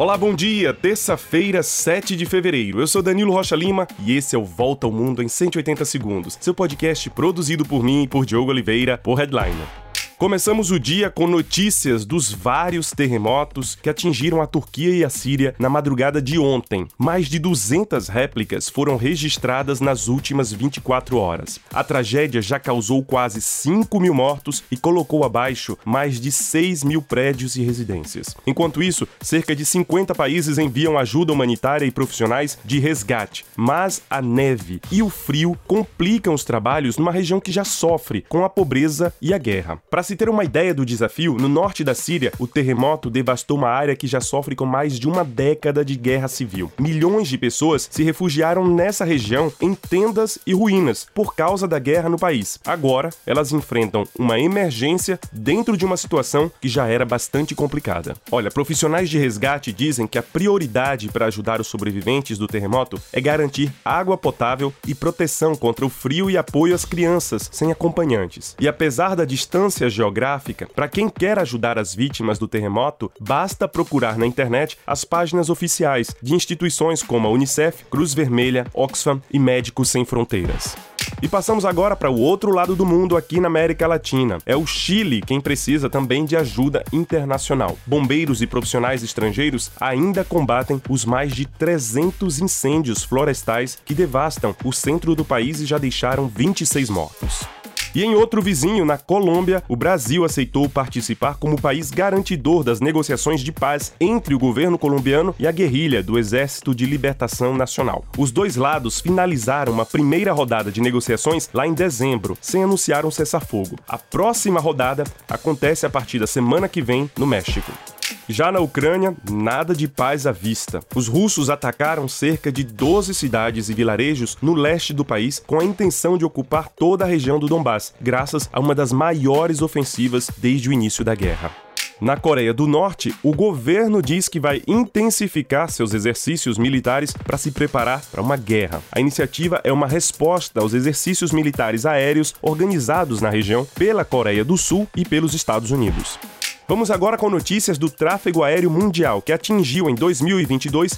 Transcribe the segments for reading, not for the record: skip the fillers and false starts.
Olá, bom dia! Terça-feira, 7 de fevereiro. Eu sou Danilo Rocha Lima e esse é o Volta ao Mundo em 180 Segundos, seu podcast produzido por mim e por Diogo Oliveira, por Headliner. Começamos o dia com notícias dos vários terremotos que atingiram a Turquia e a Síria na madrugada de ontem. Mais de 200 réplicas foram registradas nas últimas 24 horas. A tragédia já causou quase 5 mil mortos e colocou abaixo mais de 6 mil prédios e residências. Enquanto isso, cerca de 50 países enviam ajuda humanitária e profissionais de resgate. Mas a neve e o frio complicam os trabalhos numa região que já sofre com a pobreza e a guerra. Para se ter uma ideia do desafio, no norte da Síria, o terremoto devastou uma área que já sofre com mais de uma década de guerra civil. Milhões de pessoas se refugiaram nessa região em tendas e ruínas por causa da guerra no país. Agora, elas enfrentam uma emergência dentro de uma situação que já era bastante complicada. Olha, profissionais de resgate dizem que a prioridade para ajudar os sobreviventes do terremoto é garantir água potável e proteção contra o frio e apoio às crianças sem acompanhantes. E apesar da distância geográfica, para quem quer ajudar as vítimas do terremoto, basta procurar na internet as páginas oficiais de instituições como a Unicef, Cruz Vermelha, Oxfam e Médicos Sem Fronteiras. E passamos agora para o outro lado do mundo, aqui na América Latina. É o Chile quem precisa também de ajuda internacional. Bombeiros e profissionais estrangeiros ainda combatem os mais de 300 incêndios florestais que devastam o centro do país e já deixaram 26 mortos. E em outro vizinho, na Colômbia, o Brasil aceitou participar como país garantidor das negociações de paz entre o governo colombiano e a guerrilha do Exército de Libertação Nacional. Os dois lados finalizaram uma primeira rodada de negociações lá em dezembro, sem anunciar um cessar-fogo. A próxima rodada acontece a partir da semana que vem, no México. Já na Ucrânia, nada de paz à vista. Os russos atacaram cerca de 12 cidades e vilarejos no leste do país com a intenção de ocupar toda a região do Donbass, graças a uma das maiores ofensivas desde o início da guerra. Na Coreia do Norte, o governo diz que vai intensificar seus exercícios militares para se preparar para uma guerra. A iniciativa é uma resposta aos exercícios militares aéreos organizados na região pela Coreia do Sul e pelos Estados Unidos. Vamos agora com notícias do tráfego aéreo mundial, que atingiu em 2022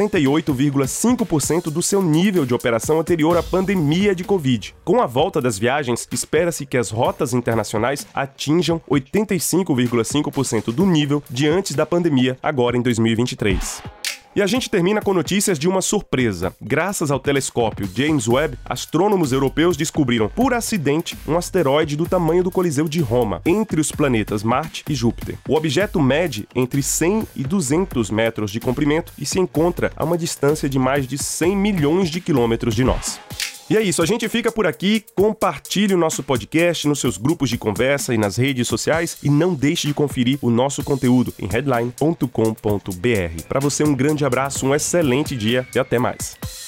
68,5% do seu nível de operação anterior à pandemia de Covid. Com a volta das viagens, espera-se que as rotas internacionais atinjam 85,5% do nível de antes da pandemia, agora em 2023. E a gente termina com notícias de uma surpresa. Graças ao telescópio James Webb, astrônomos europeus descobriram por acidente um asteroide do tamanho do Coliseu de Roma, entre os planetas Marte e Júpiter. O objeto mede entre 100 e 200 metros de comprimento e se encontra a uma distância de mais de 100 milhões de quilômetros de nós. E é isso, a gente fica por aqui, compartilhe o nosso podcast nos seus grupos de conversa e nas redes sociais e não deixe de conferir o nosso conteúdo em headline.com.br. Para você um grande abraço, um excelente dia e até mais.